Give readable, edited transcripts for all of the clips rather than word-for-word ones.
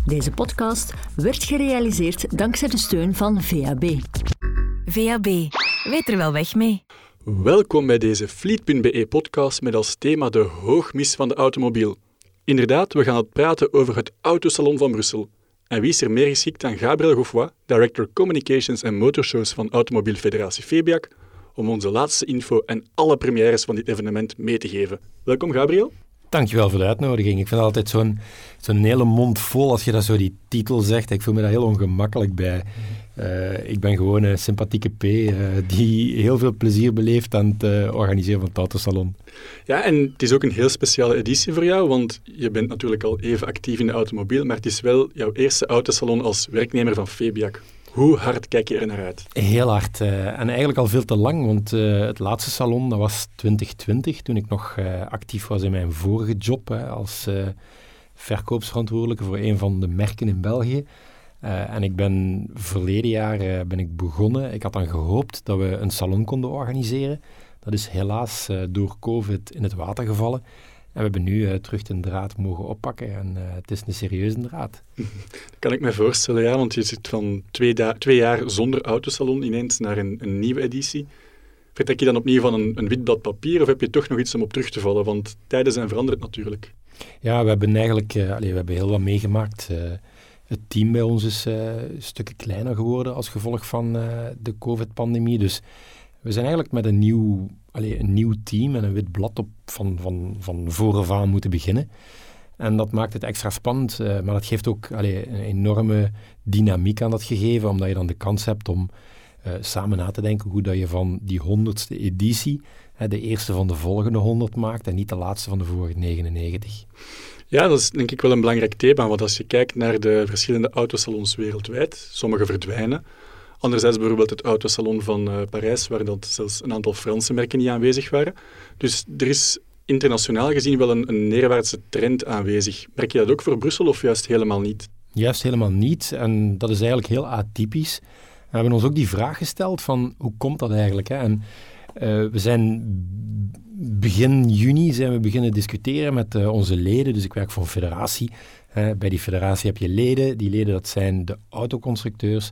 Deze podcast werd gerealiseerd dankzij de steun van VAB. VAB, weet er wel weg mee. Welkom bij deze Fleet.be-podcast met als thema de hoogmis van de automobiel. Inderdaad, we gaan het praten over het Autosalon van Brussel. En wie is er meer geschikt dan Gabriel Gouffoy, Director Communications en Motorshows van Automobielfederatie FEBIAC, om onze laatste info en alle premières van dit evenement mee te geven. Welkom Gabriel. Dankjewel voor de uitnodiging. Ik vind het altijd zo'n hele mond vol als je dat zo die titel zegt. Ik voel me daar heel ongemakkelijk bij. Ik ben gewoon een sympathieke P die heel veel plezier beleeft aan het organiseren van het Autosalon. Ja, en het is ook een heel speciale editie voor jou, want je bent natuurlijk al even actief in de automobiel, maar het is wel jouw eerste Autosalon als werknemer van FEBIAC. Hoe hard kijk je er naar uit? Heel hard. En eigenlijk al veel te lang, want het laatste salon dat was 2020, toen ik nog actief was in mijn vorige job als verkoopsverantwoordelijke voor een van de merken in België. En ik ben verleden jaar begonnen. Ik had dan gehoopt dat we een salon konden organiseren. Dat is helaas door COVID in het water gevallen. En we hebben nu terug de draad mogen oppakken en het is een serieuze draad. Dat kan ik me voorstellen, ja, want je zit van 2 jaar zonder autosalon ineens naar een nieuwe editie. Vertrek je dan opnieuw van een wit blad papier of heb je toch nog iets om op terug te vallen? Want tijden zijn veranderd natuurlijk. Ja, we hebben eigenlijk we hebben heel wat meegemaakt. Het team bij ons is stukken kleiner geworden als gevolg van de COVID-pandemie. Dus we zijn eigenlijk met een nieuw team en een wit blad op van vooraf aan moeten beginnen. En dat maakt het extra spannend, maar dat geeft ook een enorme dynamiek aan dat gegeven, omdat je dan de kans hebt om samen na te denken hoe dat je van die 100ste editie de eerste van de volgende 100 maakt en niet de laatste van de vorige 99. Ja, dat is denk ik wel een belangrijk thema, want als je kijkt naar de verschillende autosalons wereldwijd, sommige verdwijnen. Anderzijds bijvoorbeeld het autosalon van Parijs, waar dan zelfs een aantal Franse merken niet aanwezig waren. Dus er is internationaal gezien wel een neerwaartse trend aanwezig. Merk je dat ook voor Brussel of juist helemaal niet? Juist helemaal niet. En dat is eigenlijk heel atypisch. We hebben ons ook die vraag gesteld van hoe komt dat eigenlijk? Hè? En we zijn begin juni beginnen discussiëren met onze leden. Dus ik werk voor een federatie. Bij die federatie heb je leden. Die leden, dat zijn de autoconstructeurs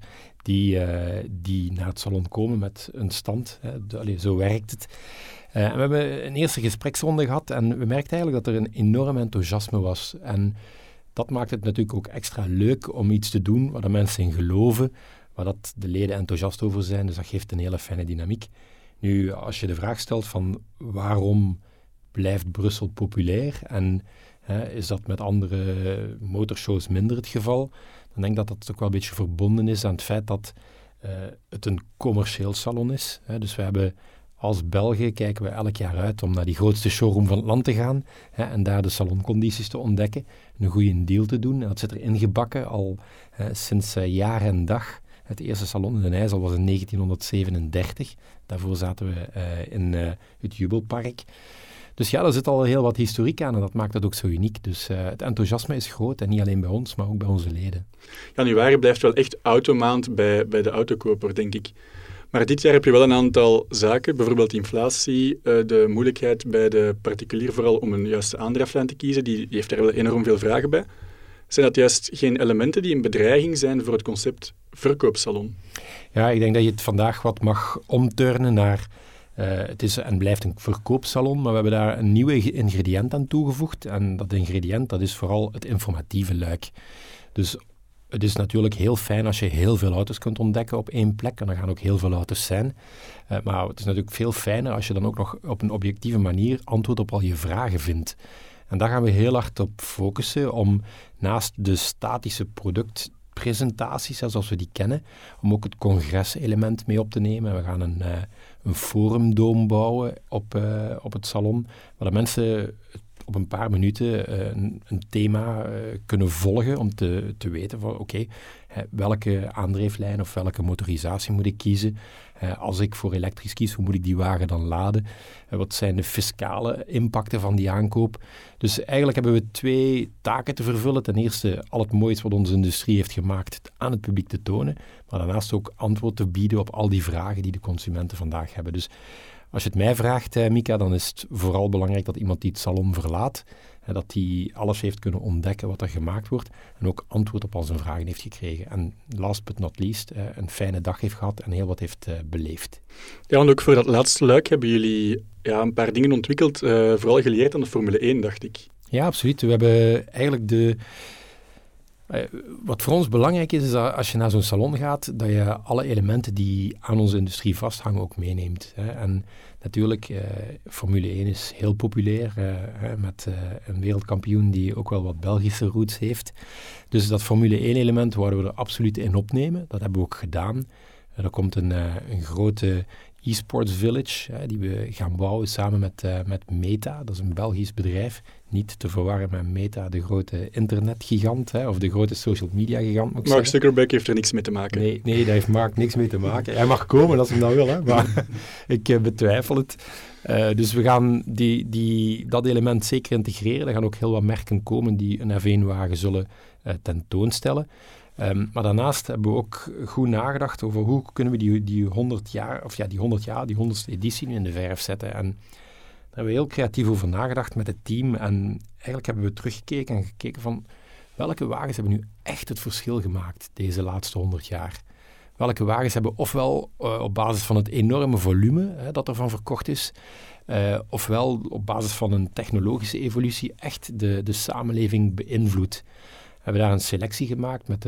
die naar het salon komen met een stand. Zo werkt het. En we hebben een eerste gespreksronde gehad en we merkten eigenlijk dat er een enorm enthousiasme was. En dat maakt het natuurlijk ook extra leuk om iets te doen waar de mensen in geloven, waar dat de leden enthousiast over zijn. Dus dat geeft een hele fijne dynamiek. Nu, als je de vraag stelt van waarom blijft Brussel populair en is dat met andere motorshows minder het geval, dan denk ik dat dat ook wel een beetje verbonden is aan het feit dat het een commercieel salon is. Dus we hebben als Belgen kijken we elk jaar uit om naar die grootste showroom van het land te gaan en daar de saloncondities te ontdekken, een goede deal te doen. En dat zit er ingebakken al sinds jaar en dag. Het eerste salon in Den IJssel was in 1937. Daarvoor zaten we in het Jubelpark. Dus ja, daar zit al heel wat historiek aan en dat maakt het ook zo uniek. Dus het enthousiasme is groot en niet alleen bij ons, maar ook bij onze leden. Januari blijft wel echt automaand bij de autokoper, denk ik. Maar dit jaar heb je wel een aantal zaken, bijvoorbeeld inflatie, de moeilijkheid bij de particulier vooral om een juiste aandrijflijn te kiezen, die heeft daar wel enorm veel vragen bij. Zijn dat juist geen elementen die een bedreiging zijn voor het concept verkoopsalon? Ja, ik denk dat je het vandaag wat mag omturnen naar het is en blijft een verkoopsalon, maar we hebben daar een nieuwe ingrediënt aan toegevoegd. En dat ingrediënt, dat is vooral het informatieve luik. Dus het is natuurlijk heel fijn als je heel veel auto's kunt ontdekken op één plek. En er gaan ook heel veel auto's zijn. Maar het is natuurlijk veel fijner als je dan ook nog op een objectieve manier antwoord op al je vragen vindt. En daar gaan we heel hard op focussen om naast de statische productpresentaties, zoals we die kennen, om ook het congreselement mee op te nemen. We gaan een forumdoom bouwen op het salon, waar de mensen op een paar minuten een thema kunnen volgen om te weten van oké, welke aandrijflijn of welke motorisatie moet ik kiezen? Als ik voor elektrisch kies, hoe moet ik die wagen dan laden? Wat zijn de fiscale impacten van die aankoop? Dus eigenlijk hebben we 2 taken te vervullen. Ten eerste al het moois wat onze industrie heeft gemaakt aan het publiek te tonen, maar daarnaast ook antwoord te bieden op al die vragen die de consumenten vandaag hebben. Dus Als je het mij vraagt, Mika, dan is het vooral belangrijk dat iemand die het salon verlaat, dat hij alles heeft kunnen ontdekken wat er gemaakt wordt en ook antwoord op al zijn vragen heeft gekregen. En last but not least, een fijne dag heeft gehad en heel wat heeft beleefd. Ja, en ook voor dat laatste luik hebben jullie een paar dingen ontwikkeld, vooral geleerd aan de Formule 1, dacht ik. Ja, absoluut. We hebben eigenlijk wat voor ons belangrijk is dat als je naar zo'n salon gaat, dat je alle elementen die aan onze industrie vasthangen ook meeneemt. En natuurlijk, Formule 1 is heel populair, met een wereldkampioen die ook wel wat Belgische roots heeft. Dus dat Formule 1-element wouden we er absoluut in opnemen. Dat hebben we ook gedaan. Er komt een grote e-sports village die we gaan bouwen samen met Meta. Dat is een Belgisch bedrijf. Niet te verwarren met Meta, de grote internetgigant of de grote social media gigant, moet ik Mark zeggen. Zuckerberg heeft er niks mee te maken. Nee, daar heeft Mark niks mee te maken. Hij mag komen als hij dat wil, maar ik betwijfel het. Dus we gaan dat element zeker integreren. Er gaan ook heel wat merken komen die een F1-wagen zullen tentoonstellen. Maar daarnaast hebben we ook goed nagedacht over hoe kunnen we die 100ste editie nu in de verf zetten. En daar hebben we heel creatief over nagedacht met het team. En eigenlijk hebben we teruggekeken en gekeken van welke wagens hebben nu echt het verschil gemaakt deze laatste 100 jaar. Welke wagens hebben ofwel op basis van het enorme volume dat ervan verkocht is, ofwel op basis van een technologische evolutie echt de samenleving beïnvloed. We hebben daar een selectie gemaakt met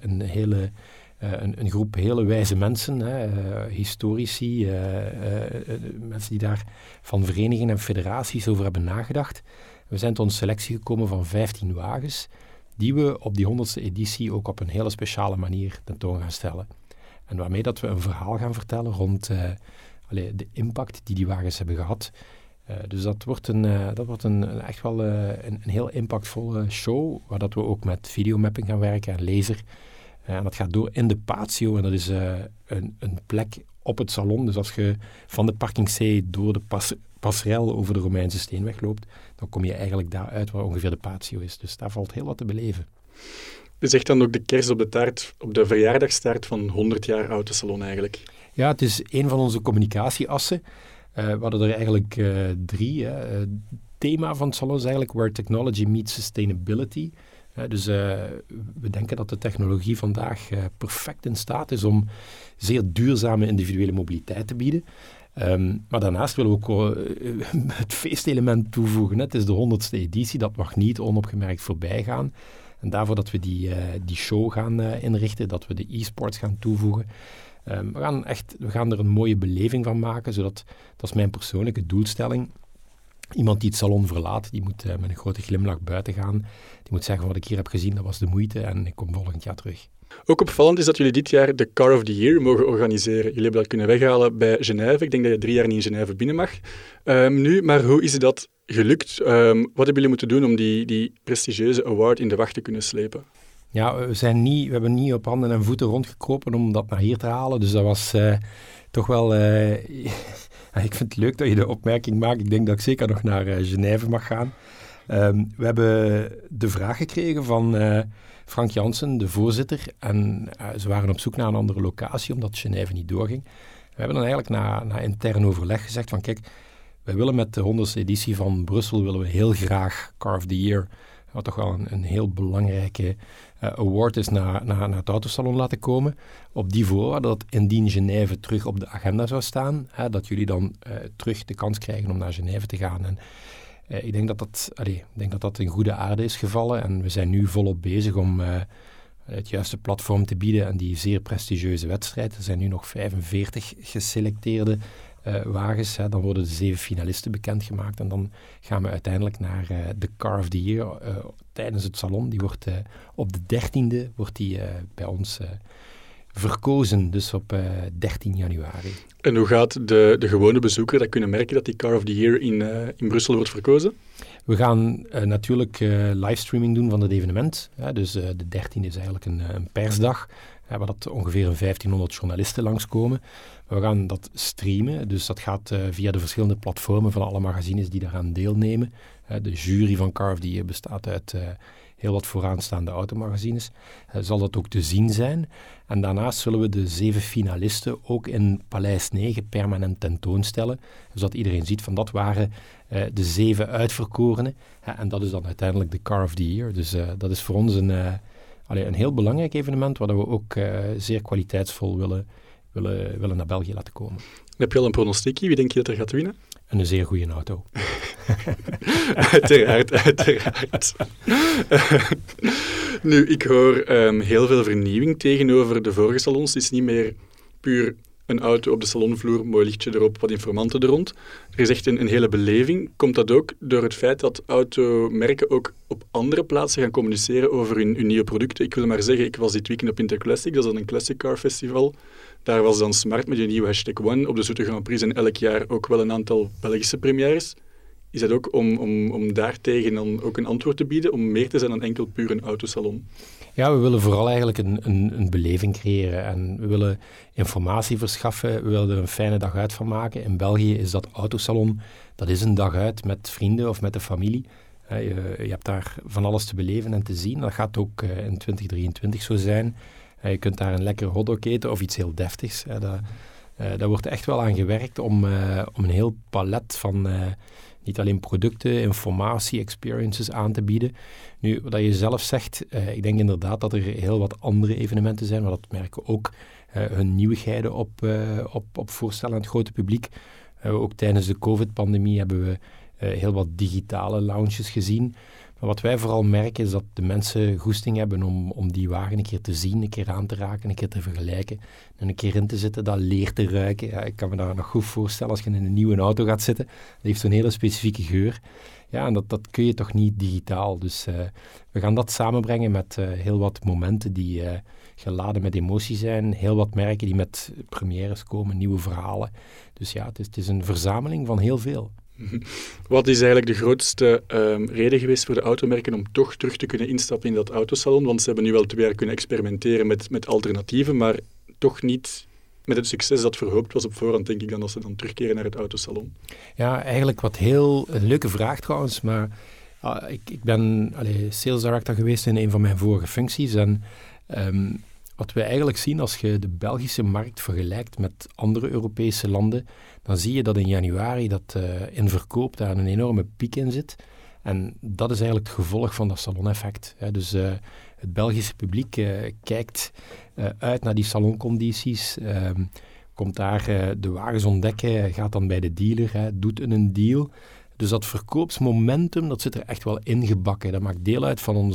een groep hele wijze mensen, historici, mensen die daar van verenigingen en federaties over hebben nagedacht. We zijn tot een selectie gekomen van 15 wagens, die we op die 100ste editie ook op een hele speciale manier tentoon gaan stellen. En waarmee dat we een verhaal gaan vertellen rond de impact die wagens hebben gehad. Dus dat wordt echt wel een heel impactvolle show, waar dat we ook met videomapping gaan werken en laser. En dat gaat door in de patio, en dat is een plek op het salon. Dus als je van de parking C door de passerel over de Romeinse Steenweg loopt, dan kom je eigenlijk daar uit waar ongeveer de patio is. Dus daar valt heel wat te beleven. Het is echt dan ook de kers op de taart, op de verjaardagstaart van 100 jaar Autosalon eigenlijk. Ja, het is een van onze communicatieassen. We hadden er eigenlijk 3. Het thema van het salon is eigenlijk Where Technology Meets Sustainability. Dus we denken dat de technologie vandaag perfect in staat is om zeer duurzame individuele mobiliteit te bieden. Maar daarnaast willen we ook het feestelement toevoegen. Het is de 100ste editie, dat mag niet onopgemerkt voorbij gaan. En daarvoor dat we die show gaan inrichten, dat we de e-sports gaan toevoegen. We gaan er een mooie beleving van maken, zodat, dat is mijn persoonlijke doelstelling, iemand die het salon verlaat, die moet met een grote glimlach buiten gaan. Die moet zeggen, wat ik hier heb gezien, dat was de moeite en ik kom volgend jaar terug. Ook opvallend is dat jullie dit jaar de Car of the Year mogen organiseren. Jullie hebben dat kunnen weghalen bij Genève. Ik denk dat je 3 jaar niet in Genève binnen mag. Maar hoe is dat gelukt? Wat hebben jullie moeten doen om die prestigieuze award in de wacht te kunnen slepen? Ja, we hebben niet op handen en voeten rondgekropen om dat naar hier te halen. Dus dat was toch wel... ik vind het leuk dat je de opmerking maakt. Ik denk dat ik zeker nog naar Genève mag gaan. We hebben de vraag gekregen van Frank Jansen, de voorzitter. En ze waren op zoek naar een andere locatie, omdat Genève niet doorging. We hebben dan eigenlijk na intern overleg gezegd van kijk, wij willen met de 100ste editie van Brussel willen we heel graag Car of the Year, wat toch wel een heel belangrijke award is, naar het autosalon laten komen. Op die voorwaarde dat indien Genève terug op de agenda zou staan, dat jullie dan terug de kans krijgen om naar Genève te gaan. En ik denk dat dat in goede aarde is gevallen en we zijn nu volop bezig om het juiste platform te bieden en die zeer prestigieuze wedstrijd. Er zijn nu nog 45 geselecteerde wagens. Dan worden de 7 finalisten bekendgemaakt en dan gaan we uiteindelijk naar de Car of the Year tijdens het salon. Die wordt op de 13e bij ons verkozen, dus op 13 januari. En hoe gaat de gewone bezoeker dat kunnen merken dat die Car of the Year in Brussel wordt verkozen? We gaan natuurlijk livestreaming doen van het evenement. Dus de 13e is eigenlijk een persdag. waar dat ongeveer 1500 journalisten langskomen. We gaan dat streamen, dus dat gaat via de verschillende platformen van alle magazines die daaraan deelnemen. De jury van Car of the Year bestaat uit heel wat vooraanstaande automagazines. Zal dat ook te zien zijn. En daarnaast zullen we de 7 finalisten ook in Paleis 9 permanent tentoonstellen, zodat iedereen ziet van dat waren de 7 uitverkorenen. En dat is dan uiteindelijk de Car of the Year. Dus dat is voor ons een heel belangrijk evenement, waar we ook zeer kwaliteitsvol willen naar België laten komen. Heb je al een pronostiekje? Wie denk je dat er gaat winnen? Een zeer goede auto. Uiteraard. Nu, ik hoor heel veel vernieuwing tegenover de vorige salons. Het is niet meer puur een auto op de salonvloer, mooi lichtje erop, wat informanten er rond. Er is echt een hele beleving. Komt dat ook door het feit dat automerken ook op andere plaatsen gaan communiceren over hun nieuwe producten? Ik wil maar zeggen, ik was dit weekend op Interclassic, dat is dan een classic car festival. Daar was dan Smart met een nieuwe #1. Op de Zoete Grand Prix en elk jaar ook wel een aantal Belgische premières. Is dat ook om daartegen dan ook een antwoord te bieden, om meer te zijn dan enkel puur een autosalon? Ja, we willen vooral eigenlijk een beleving creëren en we willen informatie verschaffen, we willen er een fijne dag uit van maken. In België is dat autosalon, dat is een dag uit met vrienden of met de familie. Je hebt daar van alles te beleven en te zien. Dat gaat ook in 2023 zo zijn. Je kunt daar een lekker hotdog eten of iets heel deftigs. Daar wordt echt wel aan gewerkt om een heel palet van niet alleen producten, informatie, experiences aan te bieden. Nu, wat je zelf zegt, ik denk inderdaad dat er heel wat andere evenementen zijn, maar dat merken ook hun nieuwigheden op voorstellen aan het grote publiek. Ook tijdens de COVID-pandemie hebben we heel wat digitale lounges gezien. Maar wat wij vooral merken is dat de mensen goesting hebben om die wagen een keer te zien, een keer aan te raken, een keer te vergelijken en een keer in te zitten, dat leer te ruiken. Ja, ik kan me daar nog goed voorstellen als je in een nieuwe auto gaat zitten. Dat heeft zo'n hele specifieke geur. Ja, en dat kun je toch niet digitaal. Dus we gaan dat samenbrengen met heel wat momenten die geladen met emotie zijn. Heel wat merken die met premières komen, nieuwe verhalen. Dus ja, het is een verzameling van heel veel. Wat is eigenlijk de grootste reden geweest voor de automerken om toch terug te kunnen instappen in dat autosalon? Want ze hebben nu wel 2 jaar kunnen experimenteren met alternatieven, maar toch niet met het succes dat verhoopt was op voorhand, denk ik dan, als ze dan terugkeren naar het autosalon. Ja, eigenlijk een leuke vraag trouwens, maar ik ben sales director geweest in een van mijn vorige functies en wat we eigenlijk zien als je de Belgische markt vergelijkt met andere Europese landen, dan zie je dat in januari dat in verkoop daar een enorme piek in zit. En dat is eigenlijk het gevolg van dat saloneffect. Dus het Belgische publiek kijkt uit naar die saloncondities, komt daar de wagens ontdekken, gaat dan bij de dealer, doet een deal. Dus dat verkoopsmomentum, dat zit er echt wel ingebakken. Dat maakt deel uit van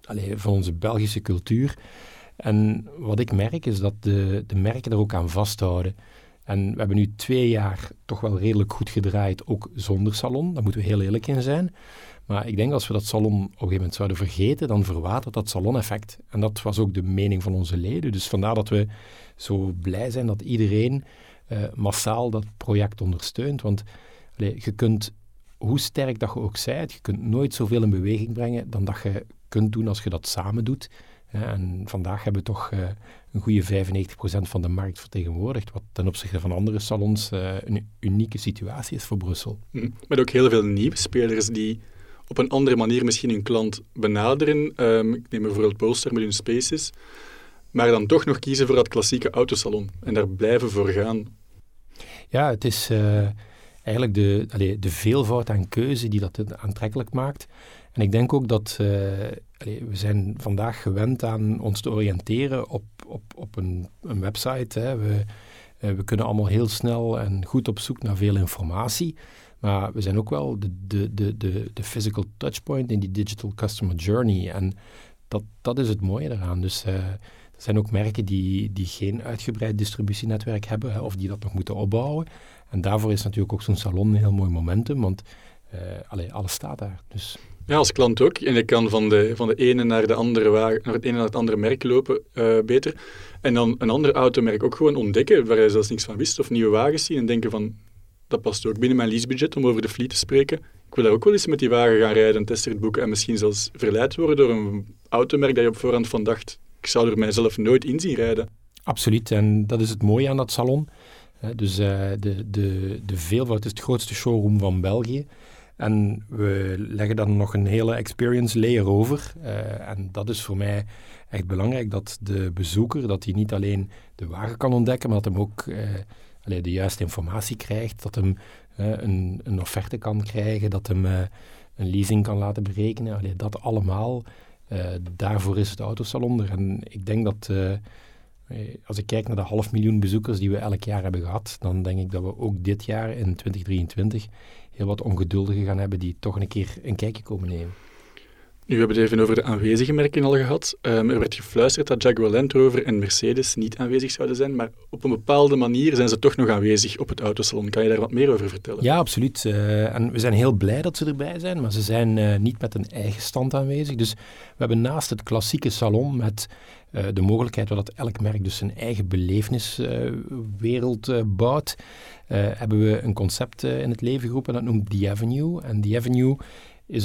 onze Belgische cultuur. En wat ik merk is dat de merken er ook aan vasthouden. En we hebben nu 2 jaar toch wel redelijk goed gedraaid, ook zonder salon. Daar moeten we heel eerlijk in zijn. Maar ik denk als we dat salon op een gegeven moment zouden vergeten, dan verwatert dat saloneffect. En dat was ook de mening van onze leden. Dus vandaar dat we zo blij zijn dat iedereen massaal dat project ondersteunt. Want je kunt, hoe sterk dat je ook zijt, je kunt nooit zoveel in beweging brengen dan dat je kunt doen als je dat samen doet. En vandaag hebben we toch een goede 95% van de markt vertegenwoordigd, wat ten opzichte van andere salons een unieke situatie is voor Brussel. Maar ook heel veel nieuwe spelers die op een andere manier misschien hun klant benaderen. Ik neem bijvoorbeeld Polestar met hun Spaces, maar dan toch nog kiezen voor dat klassieke autosalon en daar blijven voor gaan. Ja, het is eigenlijk de veelvoud aan keuze die dat aantrekkelijk maakt. En ik denk ook dat we zijn vandaag gewend aan ons te oriënteren op een website. Hè. We kunnen allemaal heel snel en goed op zoek naar veel informatie. Maar we zijn ook wel de physical touchpoint in die digital customer journey. En dat is het mooie daaraan. Dus er zijn ook merken die geen uitgebreid distributienetwerk hebben of die dat nog moeten opbouwen. En daarvoor is natuurlijk ook zo'n salon een heel mooi momentum, want alles staat daar. Dus. Ja, als klant ook. En je kan van de ene naar de andere wagen, naar het ene naar het andere merk lopen, beter. En dan een ander automerk ook gewoon ontdekken, waar je zelfs niks van wist, of nieuwe wagens zien en denken van, dat past ook binnen mijn leasebudget om over de fleet te spreken. Ik wil daar ook wel eens met die wagen gaan rijden, een testrit boeken en misschien zelfs verleid worden door een automerk dat je op voorhand van dacht, ik zou er mijzelf nooit in zien rijden. Absoluut, en dat is het mooie aan dat salon. Dus de veelvoud is het grootste showroom van België. En we leggen daar nog een hele experience layer over. En dat is voor mij echt belangrijk, dat de bezoeker, dat hij niet alleen de wagen kan ontdekken, maar dat hem ook de juiste informatie krijgt, dat hem een offerte kan krijgen, dat hem een leasing kan laten berekenen. Dat allemaal, daarvoor is het autosalon er. En ik denk dat, als ik kijk naar de 500.000 bezoekers die we elk jaar hebben gehad, dan denk ik dat we ook dit jaar in 2023 heel wat ongeduldigen gaan hebben die toch een keer een kijkje komen nemen. Nu, we hebben het even over de aanwezige merken al gehad. Er werd gefluisterd dat Jaguar Land Rover en Mercedes niet aanwezig zouden zijn, maar op een bepaalde manier zijn ze toch nog aanwezig op het autosalon. Kan je daar wat meer over vertellen? Ja, absoluut. En we zijn heel blij dat ze erbij zijn, maar ze zijn niet met een eigen stand aanwezig. Dus we hebben naast het klassieke salon met de mogelijkheid dat elk merk dus zijn eigen beleveniswereld bouwt, hebben we een concept in het leven geroepen, dat noemt The Avenue. En The Avenue is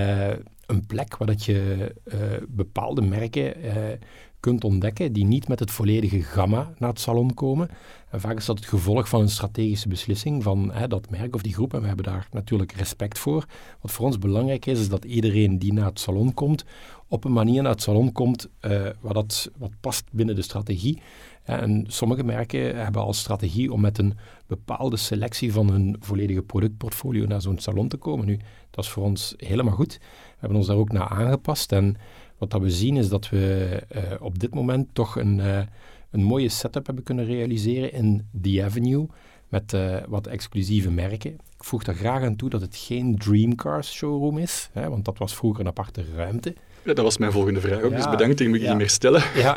een plek waar dat je bepaalde merken kunt ontdekken die niet met het volledige gamma naar het salon komen. En vaak is dat het gevolg van een strategische beslissing van dat merk of die groep. En we hebben daar natuurlijk respect voor. Wat voor ons belangrijk is dat iedereen die naar het salon komt, op een manier naar het salon komt wat past binnen de strategie. En sommige merken hebben als strategie om met een bepaalde selectie van hun volledige productportfolio naar zo'n salon te komen. Nu, dat is voor ons helemaal goed. We hebben ons daar ook naar aangepast. En wat dat we zien is dat we op dit moment toch een mooie setup hebben kunnen realiseren in The Avenue met wat exclusieve merken. Ik voeg daar graag aan toe dat het geen Dreamcars showroom is, want dat was vroeger een aparte ruimte. Ja, dat was mijn volgende vraag ook, dus bedankt, ik moet je niet meer stellen. Ja,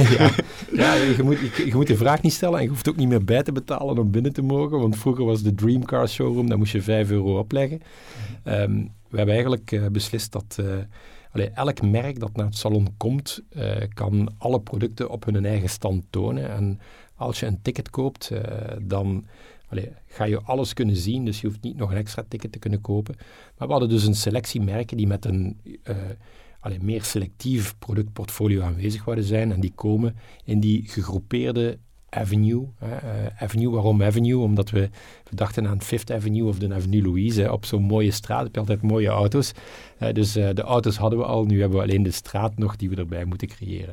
je moet de vraag niet stellen en je hoeft ook niet meer bij te betalen om binnen te mogen, want vroeger was de Dreamcars showroom, daar moest je €5 opleggen. We hebben eigenlijk beslist dat elk merk dat naar het salon komt, kan alle producten op hun eigen stand tonen. En als je een ticket koopt, dan ga je alles kunnen zien, dus je hoeft niet nog een extra ticket te kunnen kopen. Maar we hadden dus een selectie merken die met een meer selectief productportfolio aanwezig zouden zijn en die komen in die gegroepeerde Avenue. Avenue, waarom Avenue? Omdat we dachten aan Fifth Avenue of de Avenue Louise. Op zo'n mooie straat heb je altijd mooie auto's. Dus de auto's hadden we al, nu hebben we alleen de straat nog die we erbij moeten creëren.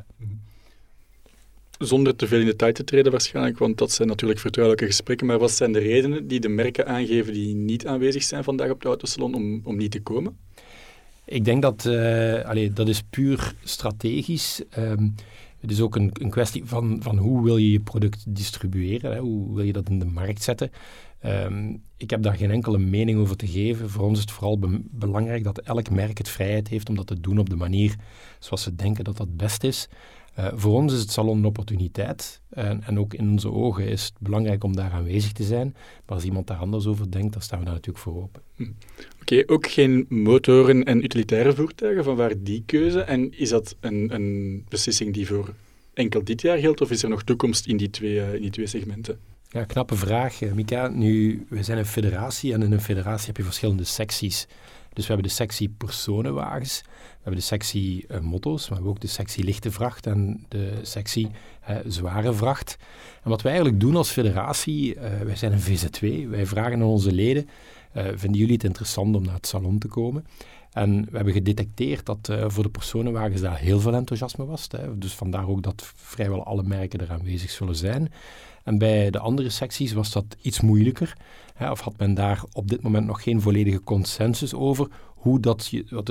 Zonder te veel in detail te treden waarschijnlijk, want dat zijn natuurlijk vertrouwelijke gesprekken, maar wat zijn de redenen die de merken aangeven die niet aanwezig zijn vandaag op de autosalon om niet te komen? Ik denk dat dat is puur strategisch. Het is ook een kwestie van hoe wil je je product distribueren, hoe wil je dat in de markt zetten. Ik heb daar geen enkele mening over te geven. Voor ons is het vooral belangrijk dat elk merk het vrijheid heeft om dat te doen op de manier zoals ze denken dat dat best is. Voor ons is het salon een opportuniteit en ook in onze ogen is het belangrijk om daar aanwezig te zijn. Maar als iemand daar anders over denkt, dan staan we daar natuurlijk voor open. Oké, ook geen motoren en utilitaire voertuigen, van waar die keuze? En is dat een beslissing die voor enkel dit jaar geldt of is er nog toekomst in die twee segmenten? Ja, knappe vraag, Mika. Nu, we zijn een federatie en in een federatie heb je verschillende secties. Dus we hebben de sectie personenwagens, we hebben de sectie motto's, maar we hebben ook de sectie lichte vracht en de sectie zware vracht. En wat wij eigenlijk doen als federatie, wij zijn een VZW, wij vragen aan onze leden, vinden jullie het interessant om naar het salon te komen? En we hebben gedetecteerd dat voor de personenwagens daar heel veel enthousiasme was. Dus vandaar ook dat vrijwel alle merken er aanwezig zullen zijn. En bij de andere secties was dat iets moeilijker. Of had men daar op dit moment nog geen volledige consensus over hoe wat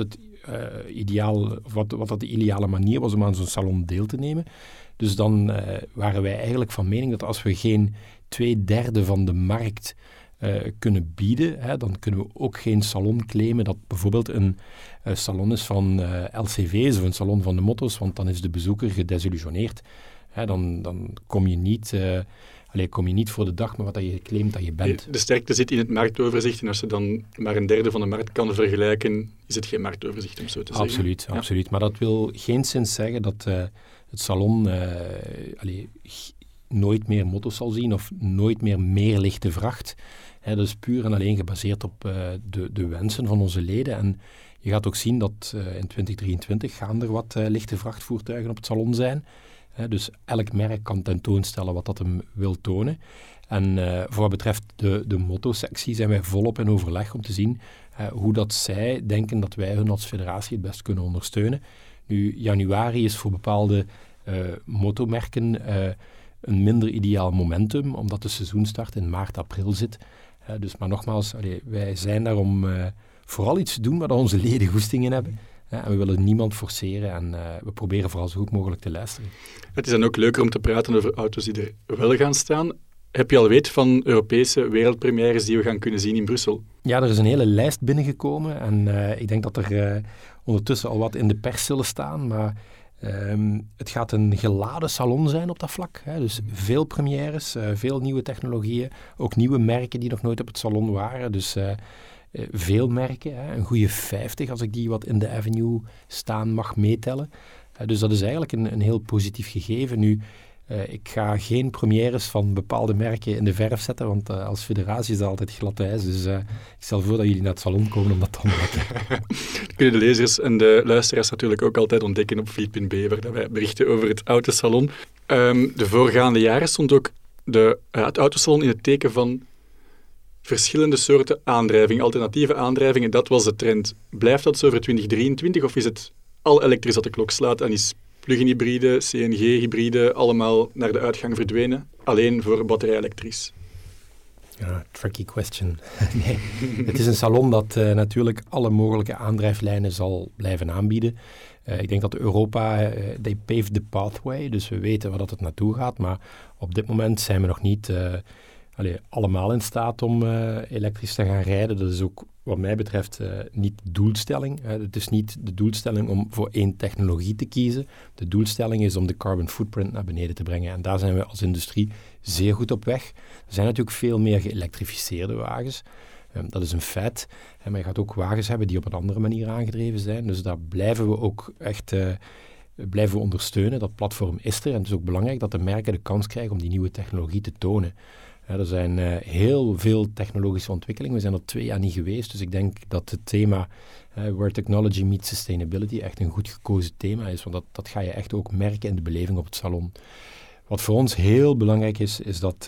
dat de ideale manier was om aan zo'n salon deel te nemen. Dus dan waren wij eigenlijk van mening dat als we geen 2/3 van de markt kunnen bieden, dan kunnen we ook geen salon claimen dat bijvoorbeeld een salon is van LCV's of een salon van de motto's, want dan is de bezoeker gedesillusioneerd. Dan kom je niet voor de dag met wat je claimt dat je bent. De sterkte zit in het marktoverzicht en als je dan maar 1/3 van de markt kan vergelijken, is het geen marktoverzicht om zo te zeggen. Absoluut. Maar dat wil geenszins zeggen dat het salon nooit meer motto's zal zien of nooit meer lichte vracht. Dat is puur en alleen gebaseerd op de wensen van onze leden. En je gaat ook zien dat in 2023 gaan er wat lichte vrachtvoertuigen op het salon zijn. Dus elk merk kan tentoonstellen wat dat hem wil tonen. En voor wat betreft de motto-sectie zijn wij volop in overleg om te zien hoe dat zij denken dat wij hun als federatie het best kunnen ondersteunen. Nu, januari is voor bepaalde motomerken een minder ideaal momentum, omdat de seizoenstart in maart, april zit. Dus maar nogmaals, wij zijn daar om vooral iets te doen waar onze leden goesting in hebben. En we willen niemand forceren en we proberen vooral zo goed mogelijk te luisteren. Het is dan ook leuker om te praten over auto's die er wel gaan staan. Heb je al weet van Europese wereldpremières die we gaan kunnen zien in Brussel? Ja, er is een hele lijst binnengekomen en ik denk dat er ondertussen al wat in de pers zullen staan, maar het gaat een geladen salon zijn op dat vlak. Dus veel premières, veel nieuwe technologieën, ook nieuwe merken die nog nooit op het salon waren. Dus veel merken, een goede 50 als ik die wat in de Avenue staan mag meetellen. Dus dat is eigenlijk een heel positief gegeven. Nu, ik ga geen premières van bepaalde merken in de verf zetten, want als federatie is dat altijd glad ijs. Dus ik stel voor dat jullie naar het salon komen om dat te ontdekken. Dat kunnen de lezers en de luisteraars natuurlijk ook altijd ontdekken op Fleet.be, waar wij berichten over het autosalon. De voorgaande jaren stond ook het autosalon in het teken van verschillende soorten aandrijving, alternatieve aandrijvingen. Dat was de trend. Blijft dat zo voor 2023 of is het al elektrisch dat de klok slaat en is plug-in hybride, CNG-hybride allemaal naar de uitgang verdwenen, alleen voor batterij-elektrisch? Ja, tricky question. Nee, het is een salon dat natuurlijk alle mogelijke aandrijflijnen zal blijven aanbieden. Ik denk dat Europa, they paved the pathway, dus we weten waar dat het naartoe gaat, maar op dit moment zijn we nog niet allemaal in staat om elektrisch te gaan rijden. Dat is ook wat mij betreft niet de doelstelling. Het is niet de doelstelling om voor één technologie te kiezen. De doelstelling is om de carbon footprint naar beneden te brengen. En daar zijn we als industrie zeer goed op weg. Er zijn natuurlijk veel meer geëlektrificeerde wagens. Dat is een feit. Maar je gaat ook wagens hebben die op een andere manier aangedreven zijn. Dus daar blijven we ook echt blijven we ondersteunen. Dat platform is er. En het is ook belangrijk dat de merken de kans krijgen om die nieuwe technologie te tonen. Er zijn heel veel technologische ontwikkelingen. We zijn er 2 jaar niet geweest, dus ik denk dat het thema Where Technology Meets Sustainability echt een goed gekozen thema is, want dat ga je echt ook merken in de beleving op het salon. Wat voor ons heel belangrijk is dat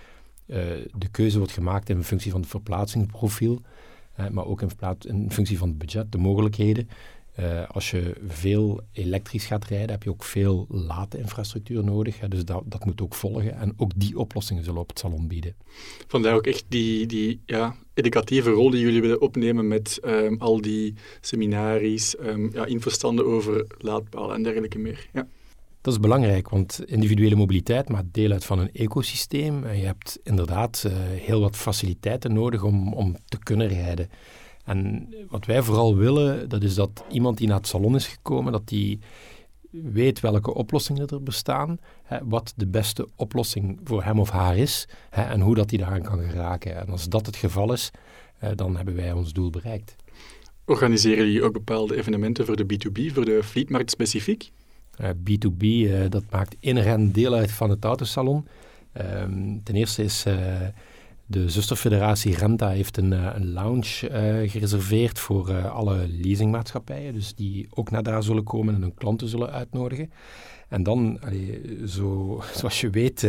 de keuze wordt gemaakt in functie van het verplaatsingsprofiel, maar ook in functie van het budget, de mogelijkheden. Als je veel elektrisch gaat rijden, heb je ook veel laadinfrastructuur nodig. Dus dat moet ook volgen. En ook die oplossingen zullen op het salon bieden. Vandaar ook echt die educatieve rol die jullie willen opnemen met al die seminaries, infostanden over laadpalen en dergelijke meer. Ja. Dat is belangrijk, want individuele mobiliteit maakt deel uit van een ecosysteem. En je hebt inderdaad heel wat faciliteiten nodig om te kunnen rijden. En wat wij vooral willen, dat is dat iemand die naar het salon is gekomen, dat die weet welke oplossingen er bestaan, wat de beste oplossing voor hem of haar is en hoe dat hij daaraan kan geraken. En als dat het geval is, dan hebben wij ons doel bereikt. Organiseren jullie ook bepaalde evenementen voor de B2B, voor de fleetmarkt specifiek? B2B, dat maakt inherent deel uit van het autosalon. Ten eerste is de zusterfederatie Renta heeft een lounge gereserveerd voor alle leasingmaatschappijen, dus die ook naar daar zullen komen en hun klanten zullen uitnodigen. En dan, zoals je weet,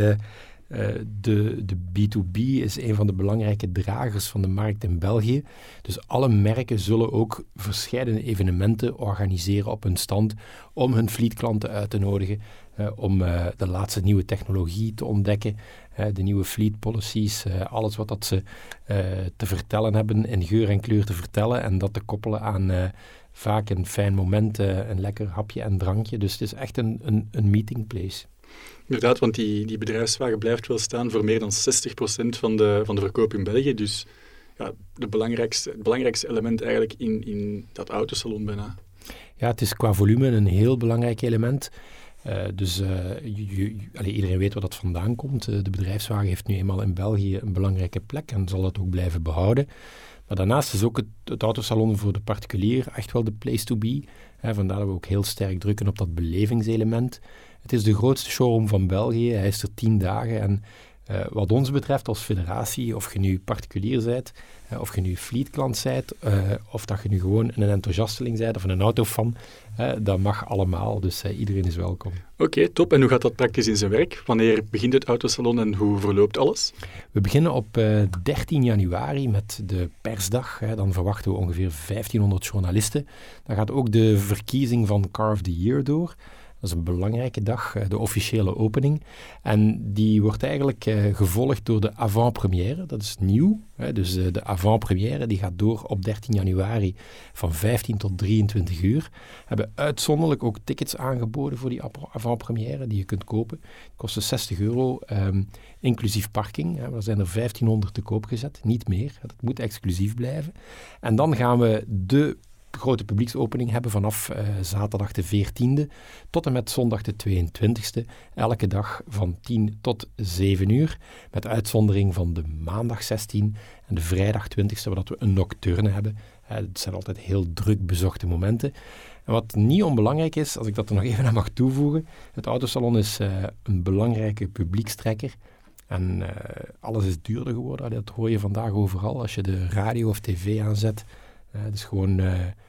de B2B is een van de belangrijke dragers van de markt in België. Dus alle merken zullen ook verschillende evenementen organiseren op hun stand om hun fleetklanten uit te nodigen, om de laatste nieuwe technologie te ontdekken, de nieuwe fleet policies, alles wat dat ze te vertellen hebben, in geur en kleur te vertellen en dat te koppelen aan vaak een fijn moment, een lekker hapje en drankje. Dus het is echt een meeting place. Inderdaad, want die bedrijfswagen blijft wel staan voor meer dan 60% van de verkoop in België. Dus ja, het belangrijkste element eigenlijk in dat autosalon bijna. Ja, het is qua volume een heel belangrijk element. Iedereen weet waar dat vandaan komt. De bedrijfswagen heeft nu eenmaal in België een belangrijke plek en zal dat ook blijven behouden. Maar daarnaast is ook het autosalon voor de particulier echt wel de place to be. Vandaar dat we ook heel sterk drukken op dat belevingselement. Het is de grootste showroom van België. Hij is er 10 dagen en Wat ons betreft als federatie, of je nu particulier bent, of je nu fleetklant bent, of dat je nu gewoon een enthousiasteling bent of een autofan, dat mag allemaal, dus iedereen is welkom. Oké, top. En hoe gaat dat praktisch in zijn werk? Wanneer begint het autosalon en hoe verloopt alles? We beginnen op 13 januari met de persdag. Dan verwachten we ongeveer 1500 journalisten. Dan gaat ook de verkiezing van Car of the Year door. Dat is een belangrijke dag, de officiële opening. En die wordt eigenlijk gevolgd door de avant-première. Dat is nieuw. Dus de avant-première die gaat door op 13 januari van 15 tot 23 uur. We hebben uitzonderlijk ook tickets aangeboden voor die avant-première die je kunt kopen. Die kosten €60, inclusief parking. Er zijn er 1500 te koop gezet, niet meer. Dat moet exclusief blijven. En dan gaan we de grote publieksopening hebben vanaf zaterdag de 14e tot en met zondag de 22e. Elke dag van 10 tot 7 uur. Met uitzondering van de maandag 16 en de vrijdag 20e, waar we een nocturne hebben. Het zijn altijd heel druk bezochte momenten. En wat niet onbelangrijk is, als ik dat er nog even aan mag toevoegen, het autosalon is een belangrijke publiekstrekker. En alles is duurder geworden. Dat hoor je vandaag overal als je de radio of tv aanzet. Het is gewoon,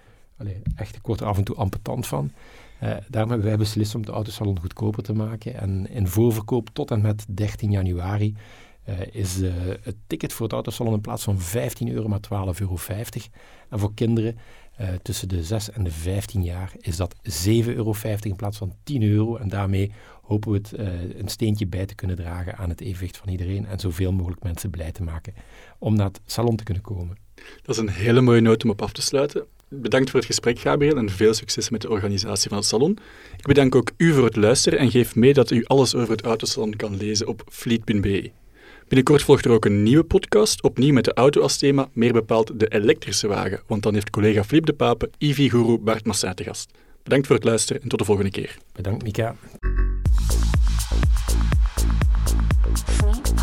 echt, ik word er af en toe ambetant van. Daarom hebben wij beslist om het autosalon goedkoper te maken. En in voorverkoop tot en met 13 januari is het ticket voor het autosalon in plaats van €15 maar €12,50. En voor kinderen tussen de 6 en de 15 jaar is dat €7,50 in plaats van €10. En daarmee hopen we het een steentje bij te kunnen dragen aan het evenwicht van iedereen en zoveel mogelijk mensen blij te maken om naar het salon te kunnen komen. Dat is een hele mooie noot om op af te sluiten. Bedankt voor het gesprek, Gabriel, en veel succes met de organisatie van het salon. Ik bedank ook u voor het luisteren en geef mee dat u alles over het autosalon kan lezen op fleet.be. Binnenkort volgt er ook een nieuwe podcast, opnieuw met de auto als thema, meer bepaald de elektrische wagen, want dan heeft collega Filip de Pape EV-goeroe Bart Massin te gast. Bedankt voor het luisteren en tot de volgende keer. Bedankt, Mika.